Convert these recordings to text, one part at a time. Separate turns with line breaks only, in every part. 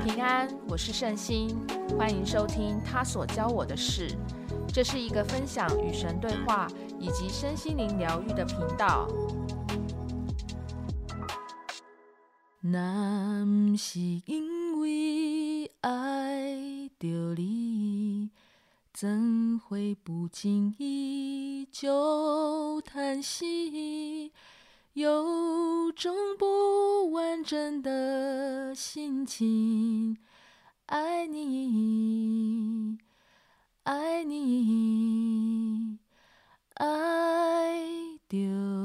平安，我是圣心，欢迎收听他所教我的事。这是一个分享与神对话以及身心灵疗愈的频道。若不是因为爱着你，怎会不经意就叹息？有种不完整的心情，爱你，爱你，爱着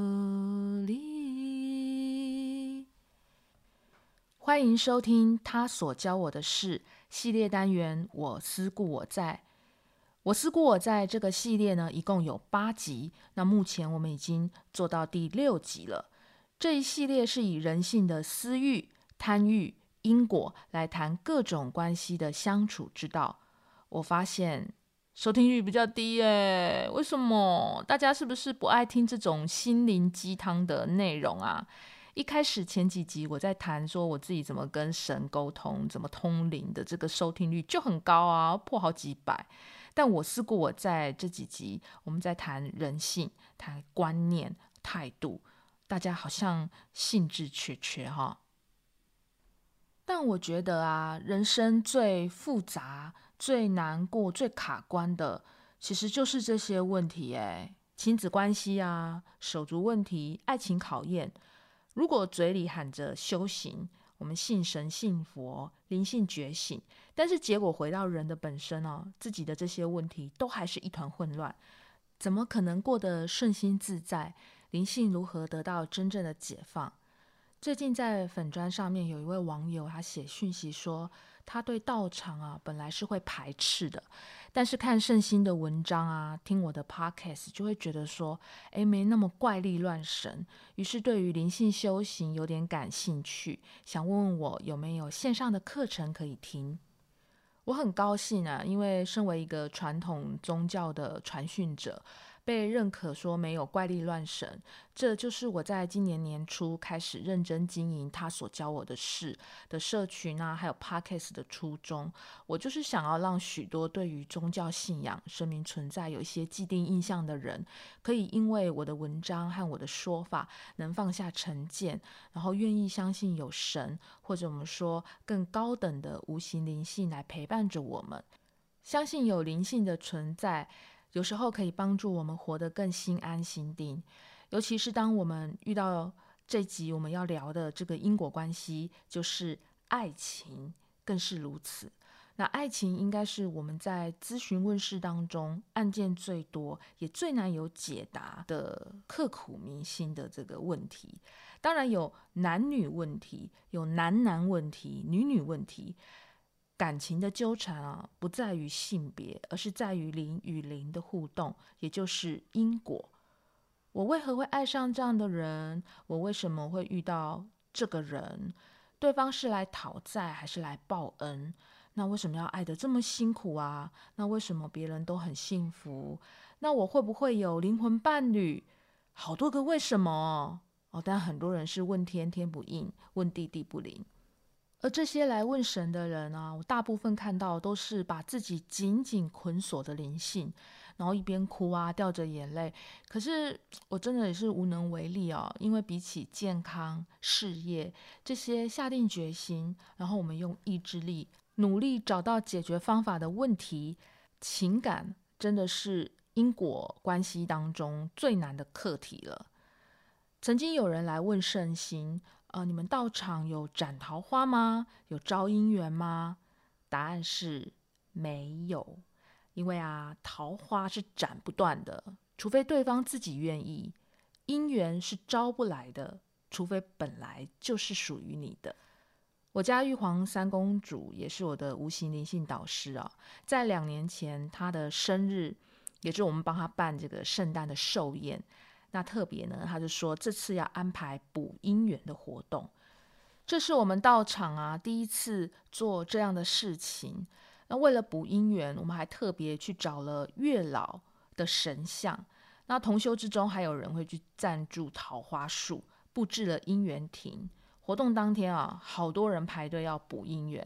你。欢迎收听他所教我的事系列单元，我思故我在。我思故我在这个系列呢，一共有8集，那目前我们已经做到第6集了。这一系列是以人性的私欲、贪欲、因果来谈各种关系的相处之道。我发现收听率比较低耶，为什么？大家是不是不爱听这种心灵鸡汤的内容啊？一开始前几集我在谈说我自己怎么跟神沟通，怎么通灵的，这个收听率就很高啊，破好几百。但我思故我在这几集我们在谈人性，谈观念态度，大家好像兴致缺缺哈。但我觉得啊，人生最复杂、最难过、最卡关的，其实就是这些问题亲子关系啊，手足问题，爱情考验。如果嘴里喊着修行，我们信神信佛，灵性觉醒，但是结果回到人的本身自己的这些问题都还是一团混乱，怎么可能过得顺心自在？灵性如何得到真正的解放？最近在粉专上面有一位网友，他写讯息说，他对道场本来是会排斥的，但是看圣心的文章听我的 podcast 就会觉得说，没那么怪力乱神，于是对于灵性修行有点感兴趣，想问问我有没有线上的课程可以听。我很高兴因为身为一个传统宗教的传讯者，被认可说没有怪力乱神，这就是我在今年年初开始认真经营他所教我的事的社群还有 podcast 的初衷。我就是想要让许多对于宗教信仰、神明存在有一些既定印象的人，可以因为我的文章和我的说法，能放下成见，然后愿意相信有神，或者我们说更高等的无形灵性来陪伴着我们。相信有灵性的存在，有时候可以帮助我们活得更心安心定，尤其是当我们遇到这集我们要聊的这个因果关系，就是爱情，更是如此。那爱情应该是我们在咨询问世当中案件最多也最难有解答的刻骨铭心的这个问题。当然有男女问题，有男男问题，女女问题。感情的纠缠不在于性别，而是在于灵与灵的互动，也就是因果。我为何会爱上这样的人？我为什么会遇到这个人？对方是来讨债还是来报恩？那为什么要爱得这么辛苦啊？那为什么别人都很幸福？那我会不会有灵魂伴侣？好多个为什么但很多人是问天天不应，问地地不灵。而这些来问神的人我大部分看到都是把自己紧紧捆锁的灵性，然后一边哭掉着眼泪。可是我真的也是无能为力因为比起健康、事业这些下定决心，然后我们用意志力努力找到解决方法的问题，情感真的是因果关系当中最难的课题了。曾经有人来问圣心，你们道场有斩桃花吗？有招姻缘吗？答案是没有，因为桃花是斩不断的，除非对方自己愿意；姻缘是招不来的，除非本来就是属于你的。我家玉皇三公主也是我的无形灵性导师在2年前她的生日，也就是我们帮她办这个圣诞的寿宴。那特别呢，他就说这次要安排补姻缘的活动，这是我们道场第一次做这样的事情。那为了补姻缘，我们还特别去找了月老的神像。那同修之中还有人会去赞助桃花树，布置了姻缘亭。活动当天好多人排队要补姻缘，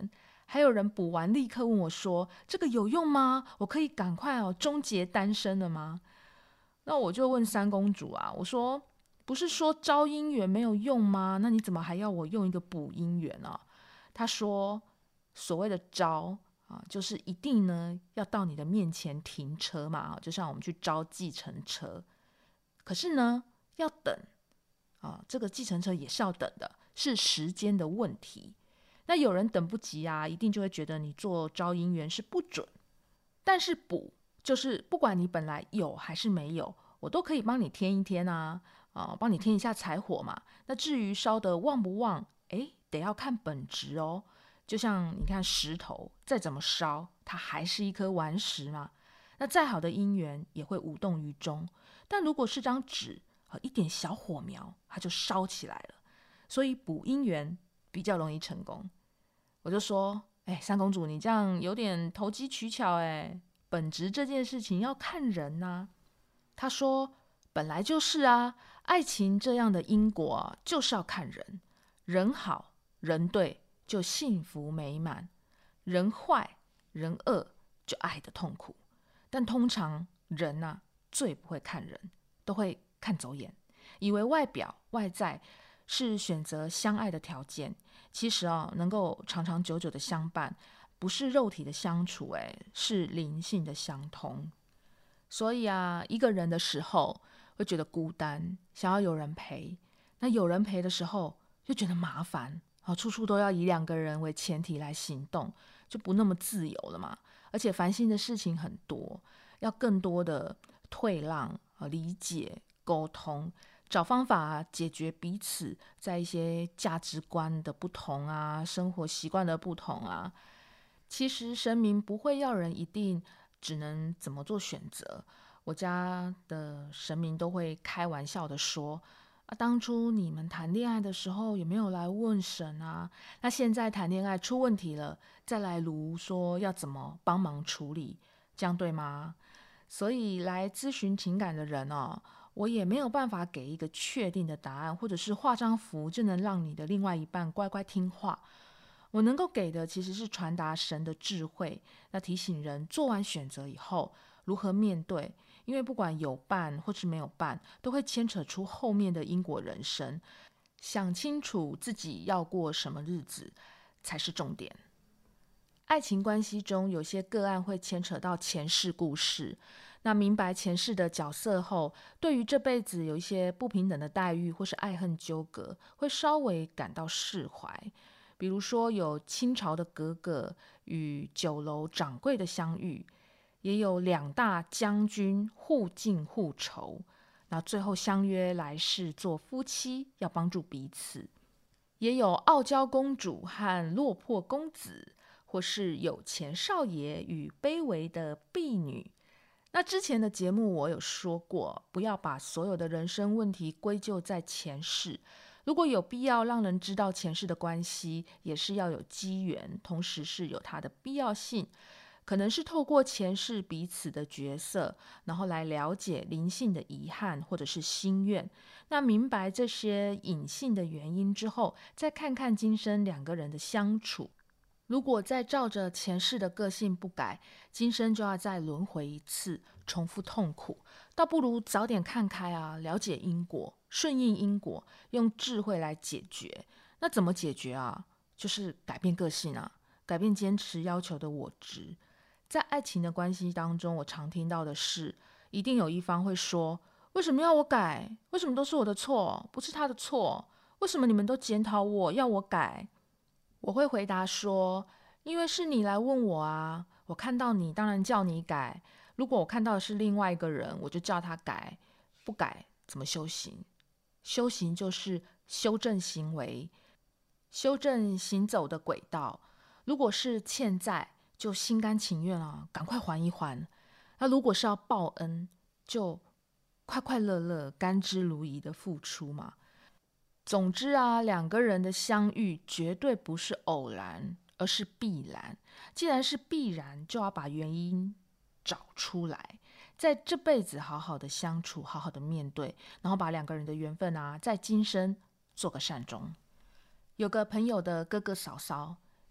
还有人补完立刻问我说，这个有用吗？我可以赶快终结单身了吗？那我就问三公主啊，我说不是说招姻缘没有用吗？那你怎么还要我用一个补姻缘啊？她说所谓的招就是一定呢要到你的面前停车嘛，就像我们去招计程车，可是呢要等这个计程车也是要等的，是时间的问题。那有人等不及啊，一定就会觉得你做招姻缘是不准。但是补就是不管你本来有还是没有，我都可以帮你添一添帮你添一下柴火嘛。那至于烧得旺不旺，得要看本质哦。就像你看石头，再怎么烧，它还是一颗顽石嘛。那再好的姻缘也会无动于衷。但如果是张纸，一点小火苗，它就烧起来了。所以补姻缘比较容易成功。我就说，三公主，你这样有点投机取巧本质这件事情要看人啊。她说，本来就是啊，爱情这样的因果就是要看人，人好人对就幸福美满，人坏人恶就爱得痛苦。但通常人最不会看人，都会看走眼，以为外表外在是选择相爱的条件，其实能够长长久久的相伴，不是肉体的相处，是灵性的相通。所以一个人的时候会觉得孤单，想要有人陪。那有人陪的时候，又觉得麻烦，处处都要以2个人为前提来行动，就不那么自由了嘛。而且烦心的事情很多，要更多的退让、理解、沟通，找方法解决彼此在一些价值观的不同生活习惯的不同其实神明不会要人一定只能怎么做选择。我家的神明都会开玩笑的说，当初你们谈恋爱的时候也没有来问神那现在谈恋爱出问题了，再来炉说要怎么帮忙处理，这样对吗？所以来咨询情感的人我也没有办法给一个确定的答案，或者是画张符就能让你的另外一半乖乖听话。我能够给的其实是传达神的智慧，那提醒人做完选择以后如何面对，因为不管有伴或是没有伴，都会牵扯出后面的因果人生，想清楚自己要过什么日子才是重点。爱情关系中有些个案会牵扯到前世故事，那明白前世的角色后，对于这辈子有一些不平等的待遇或是爱恨纠葛，会稍微感到释怀。比如说有清朝的格格与酒楼掌柜的相遇，也有2大将军互敬互酬，那最后相约来世做夫妻，要帮助彼此。也有傲娇公主和落魄公子，或是有钱少爷与卑微的婢女。那之前的节目我有说过，不要把所有的人生问题归咎在前世，如果有必要让人知道前世的关系，也是要有机缘，同时是有它的必要性。可能是透过前世彼此的角色，然后来了解灵性的遗憾或者是心愿。那明白这些隐性的原因之后，再看看今生2个人的相处。如果再照着前世的个性不改，今生就要再轮回一次，重复痛苦，倒不如早点看开了解因果，顺应因果，用智慧来解决。那怎么解决就是改变个性改变坚持要求的我执。在爱情的关系当中，我常听到的是，一定有一方会说，为什么要我改？为什么都是我的错？不是他的错？为什么你们都检讨我，要我改？我会回答说，因为是你来问我我看到你当然叫你改，如果我看到的是另外一个人，我就叫他改，不改怎么修行？修行就是修正行为，修正行走的轨道。如果是欠债，就心甘情愿赶快还一还。那如果是要报恩，就快快乐乐甘之如饴的付出嘛。总之2个人的相遇绝对不是偶然，而是必然。既然是必然，就要把原因找出来，在这辈子好好的相处，好好的面对，然后把2个人的缘分在今生做个善终。有个朋友的哥哥嫂嫂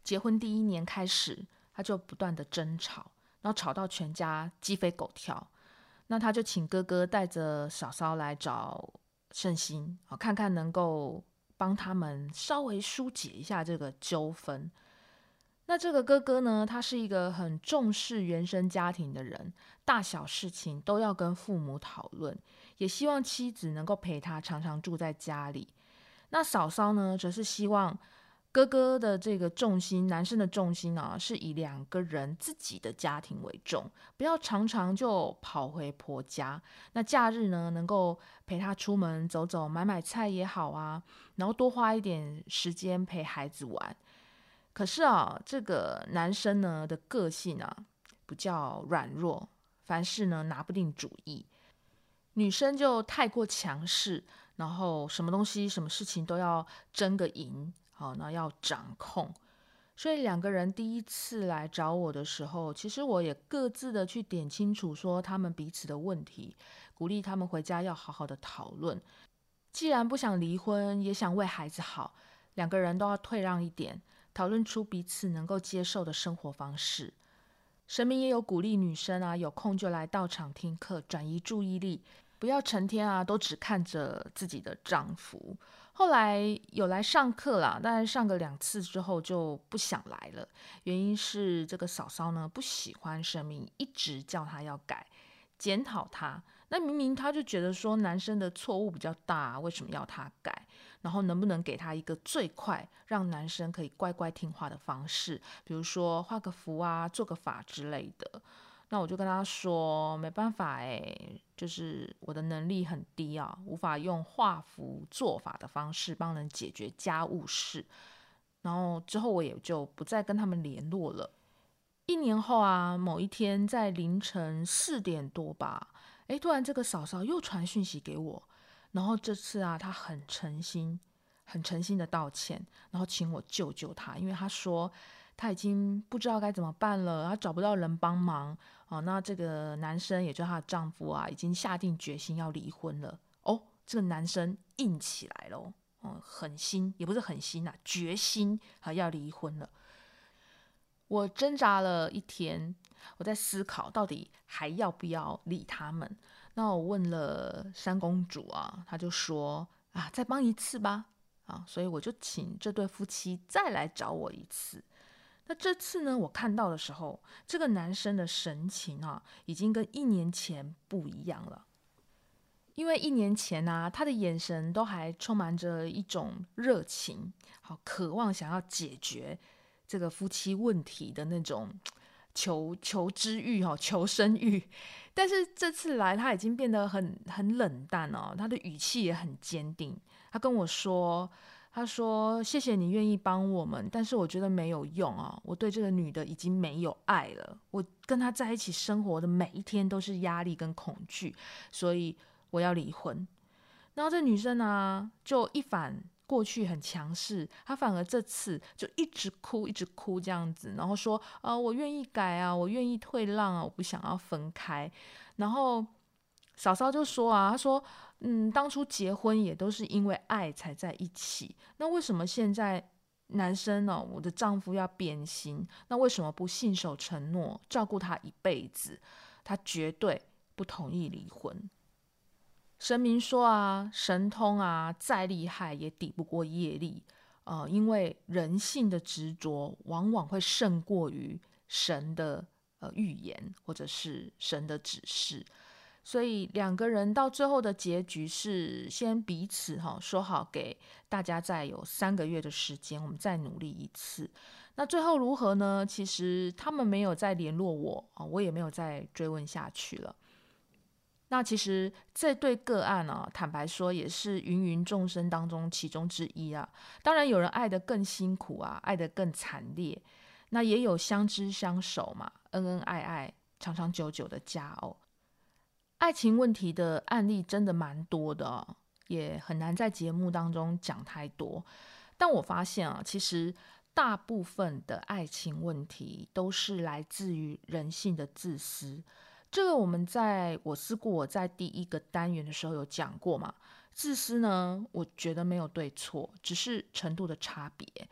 结婚第1年开始，他就不断的争吵，然后吵到全家鸡飞狗跳。那他就请哥哥带着嫂嫂来找圣心，看看能够帮他们稍微疏解一下这个纠纷。那这个哥哥呢，他是一个很重视原生家庭的人，大小事情都要跟父母讨论，也希望妻子能够陪他常常住在家里。那嫂嫂呢，则是希望哥哥的这个重心，男生的重心啊，是以2个人自己的家庭为重，不要常常就跑回婆家。那假日呢，能够陪他出门走走，买买菜也好啊，然后多花一点时间陪孩子玩。可是啊，这个男生呢的个性啊比较软弱，凡事呢拿不定主意，女生就太过强势，然后什么东西、什么事情都要争个赢，好，那要掌控。所以2个人第一次来找我的时候，其实我也各自的去点清楚说他们彼此的问题，鼓励他们回家要好好的讨论。既然不想离婚，也想为孩子好，2个人都要退让一点，讨论出彼此能够接受的生活方式。神明也有鼓励女生啊，有空就来到场听课，转移注意力，不要成天啊都只看着自己的丈夫。后来有来上课啦，但是上个2次之后就不想来了，原因是这个嫂嫂呢不喜欢神明一直叫她要改，检讨她。那明明她就觉得说男生的错误比较大，为什么要他改？然后能不能给他一个最快让男生可以乖乖听话的方式，比如说画个符啊，做个法之类的。那我就跟他说没办法就是我的能力很低啊，无法用画符做法的方式帮人解决家务事。然后之后我也就不再跟他们联络了。1年后啊，某一天在凌晨4点多吧，突然这个嫂嫂又传讯息给我，然后这次啊，她很诚心、很诚心的道歉，然后请我救救她，因为她说她已经不知道该怎么办了，她找不到人帮忙。那这个男生，也就是她的丈夫啊，已经下定决心要离婚了。这个男生硬起来了，狠心也不是狠心啊，决心要离婚了。我挣扎了1天，我在思考到底还要不要理他们。那我问了三公主啊，她就说啊，再帮一次吧。所以我就请这对夫妻再来找我一次。那这次呢，我看到的时候，这个男生的神情啊，已经跟1年前不一样了。因为1年前啊，他的眼神都还充满着一种热情，好渴望想要解决这个夫妻问题的那种求知欲、求生欲。但是这次来，他已经变得很冷淡哦，他的语气也很坚定。他跟我说，他说谢谢你愿意帮我们，但是我觉得没有用啊，我对这个女的已经没有爱了，我跟她在一起生活的每一天都是压力跟恐惧，所以我要离婚。然后这女生啊，就一反过去很强势，她反而这次就一直哭这样子，然后说我愿意改啊，我愿意退让啊，我不想要分开。然后嫂嫂就说啊，她说当初结婚也都是因为爱才在一起，那为什么现在男生呢，我的丈夫要变心，那为什么不信守承诺，照顾他一辈子？他绝对不同意离婚。神明说啊，神通啊，再厉害也抵不过业力，因为人性的执着往往会胜过于神的预言或者是神的指示。所以2个人到最后的结局是先彼此说好给大家再有3个月的时间，我们再努力一次。那最后如何呢？其实他们没有再联络我，我也没有再追问下去了。那其实这对个案坦白说也是芸芸众生当中其中之一啊。当然有人爱得更辛苦啊，爱得更惨烈，那也有相知相守嘛，恩恩爱爱，长长久久的佳偶。爱情问题的案例真的蛮多的也很难在节目当中讲太多。但我发现其实大部分的爱情问题都是来自于人性的自私。这个我们在我思故我在第1个单元的时候有讲过嘛。自私呢，我觉得没有对错，只是程度的差别。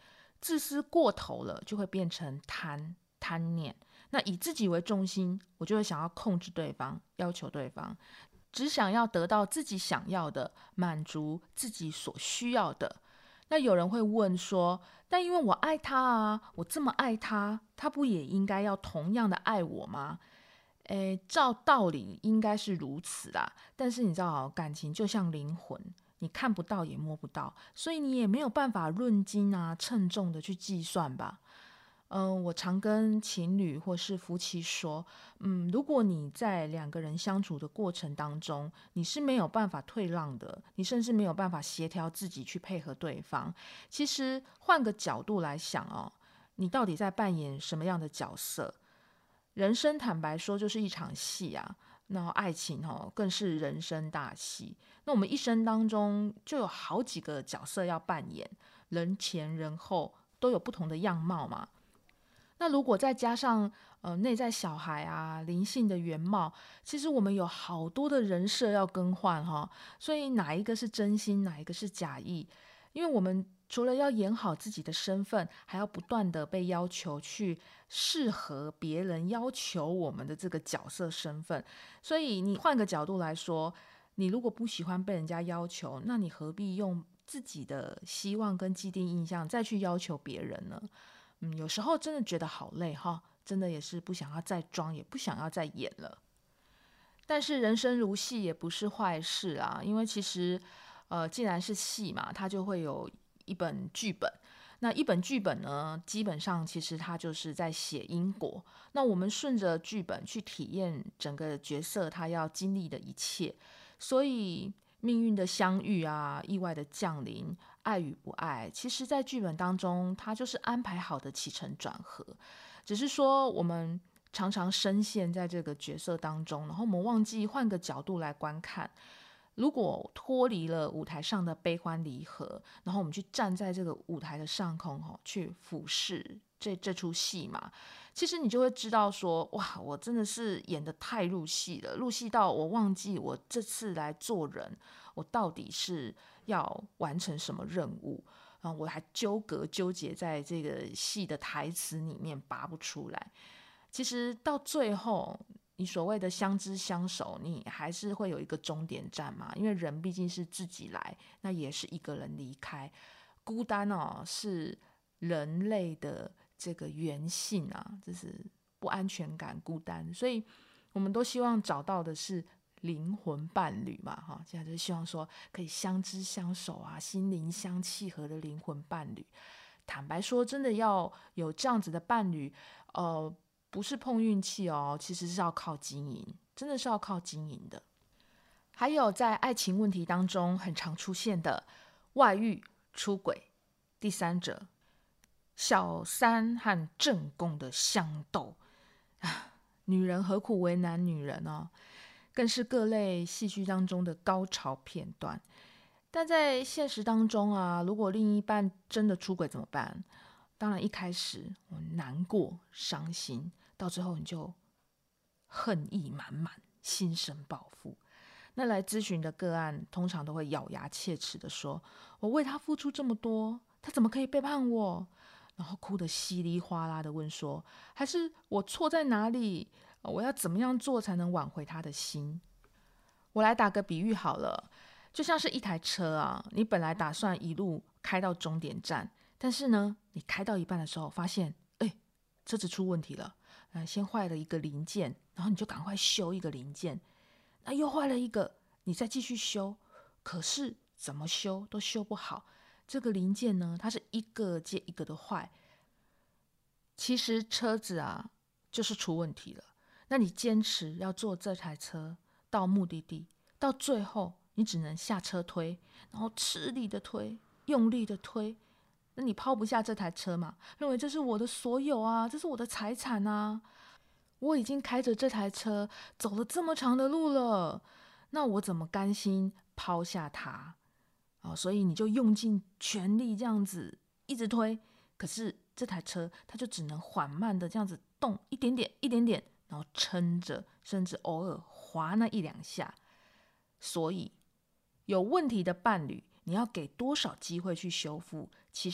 自私过头了，就会变成贪念。那以自己为中心，我就会想要控制对方，要求对方，只想要得到自己想要的，满足自己所需要的。那有人会问说，但因为我爱他啊，我这么爱他，他不也应该要同样的爱我吗？照道理应该是如此啦，但是你知道，感情就像灵魂，你看不到也摸不到，所以你也没有办法论斤啊，称重的去计算吧。我常跟情侣或是夫妻说，如果你在两个人相处的过程当中，你是没有办法退让的，你甚至没有办法协调自己去配合对方。其实换个角度来想哦，你到底在扮演什么样的角色？人生坦白说就是一场戏啊，那爱情更是人生大戏。那我们一生当中就有好几个角色要扮演，人前人后都有不同的样貌嘛。那如果再加上内在小孩啊，灵性的原貌，其实我们有好多的人设要更换哈，所以哪一个是真心，哪一个是假意？因为我们除了要演好自己的身份，还要不断的被要求去适合别人要求我们的这个角色身份。所以你换个角度来说，你如果不喜欢被人家要求，那你何必用自己的希望跟既定印象再去要求别人呢？有时候真的觉得好累哈，真的也是不想要再装，也不想要再演了。但是人生如戏也不是坏事啊，因为其实，既然是戏嘛，它就会有一本剧本。那一本剧本呢，基本上其实它就是在写因果。那我们顺着剧本去体验整个角色他要经历的一切，所以命运的相遇啊，意外的降临，爱与不爱，其实在剧本当中，它就是安排好的起承转合。只是说我们常常深陷在这个角色当中，然后我们忘记换个角度来观看。如果脱离了舞台上的悲欢离合，然后我们去站在这个舞台的上空去俯视这出戏嘛，其实你就会知道说，哇，我真的是演得太入戏了，入戏到我忘记我这次来做人，我到底是要完成什么任务。我还纠结在这个戏的台词里面拔不出来。其实到最后，你所谓的相知相守，你还是会有一个终点站嘛，因为人毕竟是自己来，那也是一个人离开。孤单是人类的这个原性啊，就是不安全感、孤单，所以我们都希望找到的是灵魂伴侣嘛，现在就希望说可以相知相守啊，心灵相契合的灵魂伴侣。坦白说，真的要有这样子的伴侣，不是碰运气哦，其实是要靠经营，真的是要靠经营的。还有在爱情问题当中很常出现的外遇、出轨、第三者、小三和正宫的相斗啊，女人何苦为难女人呢？更是各类戏剧当中的高潮片段。但在现实当中啊，如果另一半真的出轨怎么办？当然一开始我难过、伤心，到最后你就恨意满满，心生报复。那来咨询的个案通常都会咬牙切齿的说：我为他付出这么多，他怎么可以背叛我？然后哭得稀里哗啦的问说：还是我错在哪里？我要怎么样做才能挽回他的心？我来打个比喻好了，就像是一台车啊，你本来打算一路开到终点站，但是呢，你开到一半的时候发现，车子出问题了，先坏了一个零件，然后你就赶快修一个零件，那又坏了一个，你再继续修，可是怎么修都修不好，这个零件呢，它是一个接一个的坏。其实车子啊，就是出问题了。那你坚持要坐这台车到目的地，到最后你只能下车推，然后吃力的推，用力的推。那你抛不下这台车嘛？认为这是我的所有啊，这是我的财产啊。我已经开着这台车走了这么长的路了，那我怎么甘心抛下它？所以你就用尽全力这样子一直推，可是这台车它就只能缓慢的这样子动一点点一点点，然后撑着，甚至偶尔滑那一两下。所以有问题的伴侣，你要给多少机会去修复，其实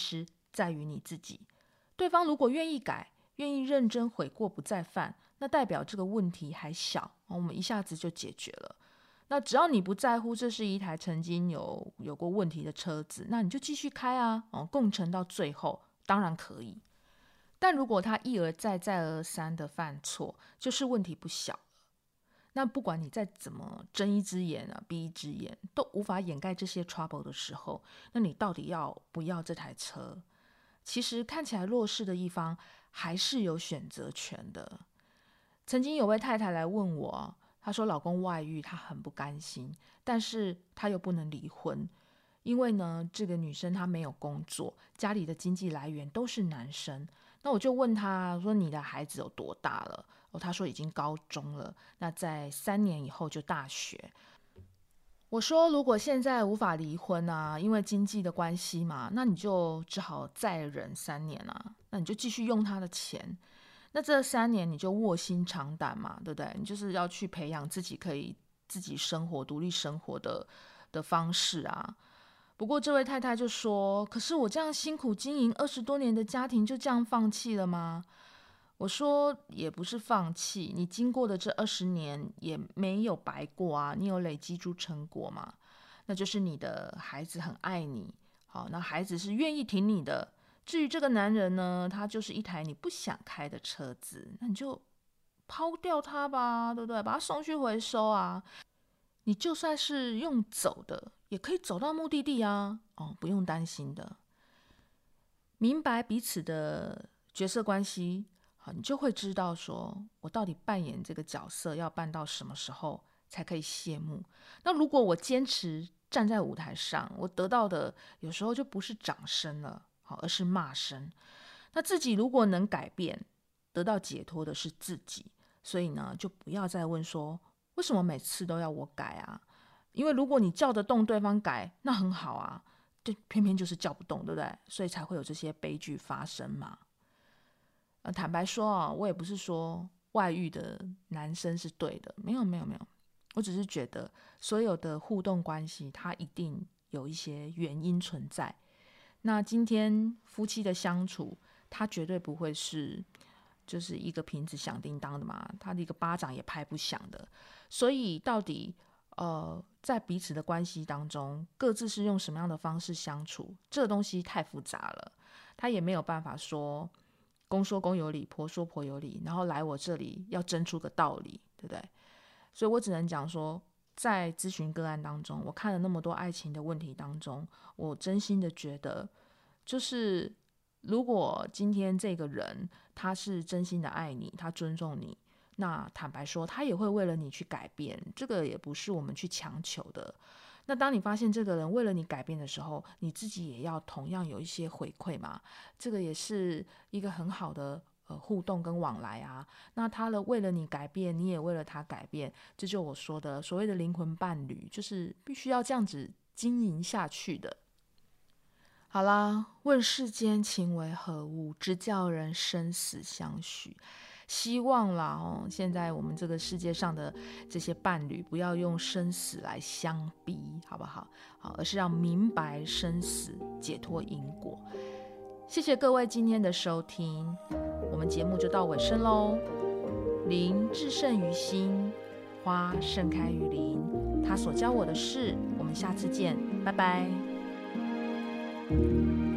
在于你自己。对方如果愿意改，愿意认真悔过不再犯，那代表这个问题还小，我们一下子就解决了。那只要你不在乎这是一台曾经有过问题的车子，那你就继续开啊，共乘到最后当然可以。但如果他一而再再而三的犯错，就是问题不小了。那不管你再怎么睁一只眼闭一只眼，都无法掩盖这些 trouble 的时候，那你到底要不要这台车？其实看起来弱势的一方还是有选择权的。曾经有位太太来问我，她说老公外遇，她很不甘心，但是她又不能离婚，因为呢，这个女生她没有工作，家里的经济来源都是男生。那我就问她说，你的孩子有多大了？她说已经高中了，那在3年以后就大学。我说如果现在无法离婚啊，因为经济的关系嘛，那你就只好再忍3年啊，那你就继续用他的钱。那这3年你就卧薪尝胆嘛，对不对？你就是要去培养自己可以自己生活、独立生活的方式啊。不过这位太太就说，可是我这样辛苦经营20多年的家庭就这样放弃了吗？我说也不是放弃，你经过的这20年也没有白过啊，你有累积出成果嘛？那就是你的孩子很爱你，好，那孩子是愿意挺你的。至于这个男人呢，他就是一台你不想开的车子，那你就抛掉他吧，对不对？把他送去回收啊。你就算是用走的，也可以走到目的地啊，不用担心的。明白彼此的角色关系，你就会知道说我到底扮演这个角色要扮到什么时候才可以谢幕。那如果我坚持站在舞台上，我得到的有时候就不是掌声了，而是骂声。那自己如果能改变，得到解脱的是自己。所以呢，就不要再问说为什么每次都要我改啊？因为如果你叫得动对方改，那很好啊，就偏偏就是叫不动，对不对？所以才会有这些悲剧发生嘛。坦白说啊，我也不是说外遇的男生是对的，没有，我只是觉得所有的互动关系，它一定有一些原因存在。那今天夫妻的相处，它绝对不会是就是一个瓶子响叮当的嘛，他的一个巴掌也拍不响的。所以到底在彼此的关系当中，各自是用什么样的方式相处，这个东西太复杂了，他也没有办法说公说公有理，婆说婆有理，然后来我这里要争出个道理，对不对？所以我只能讲说，在咨询个案当中，我看了那么多爱情的问题当中，我真心的觉得，就是如果今天这个人他是真心的爱你，他尊重你，那坦白说他也会为了你去改变，这个也不是我们去强求的。那当你发现这个人为了你改变的时候，你自己也要同样有一些回馈嘛，这个也是一个很好的互动跟往来啊。那他为了你改变，你也为了他改变，这就我说的所谓的灵魂伴侣，就是必须要这样子经营下去的。好啦，问世间情为何物，直叫人生死相许。希望啦现在我们这个世界上的这些伴侣不要用生死来相逼，好不好？而是要明白生死，解脱因果。谢谢各位今天的收听，我们节目就到尾声咯。灵至胜于心，花盛开于林，他所教我的事，我们下次见，拜拜。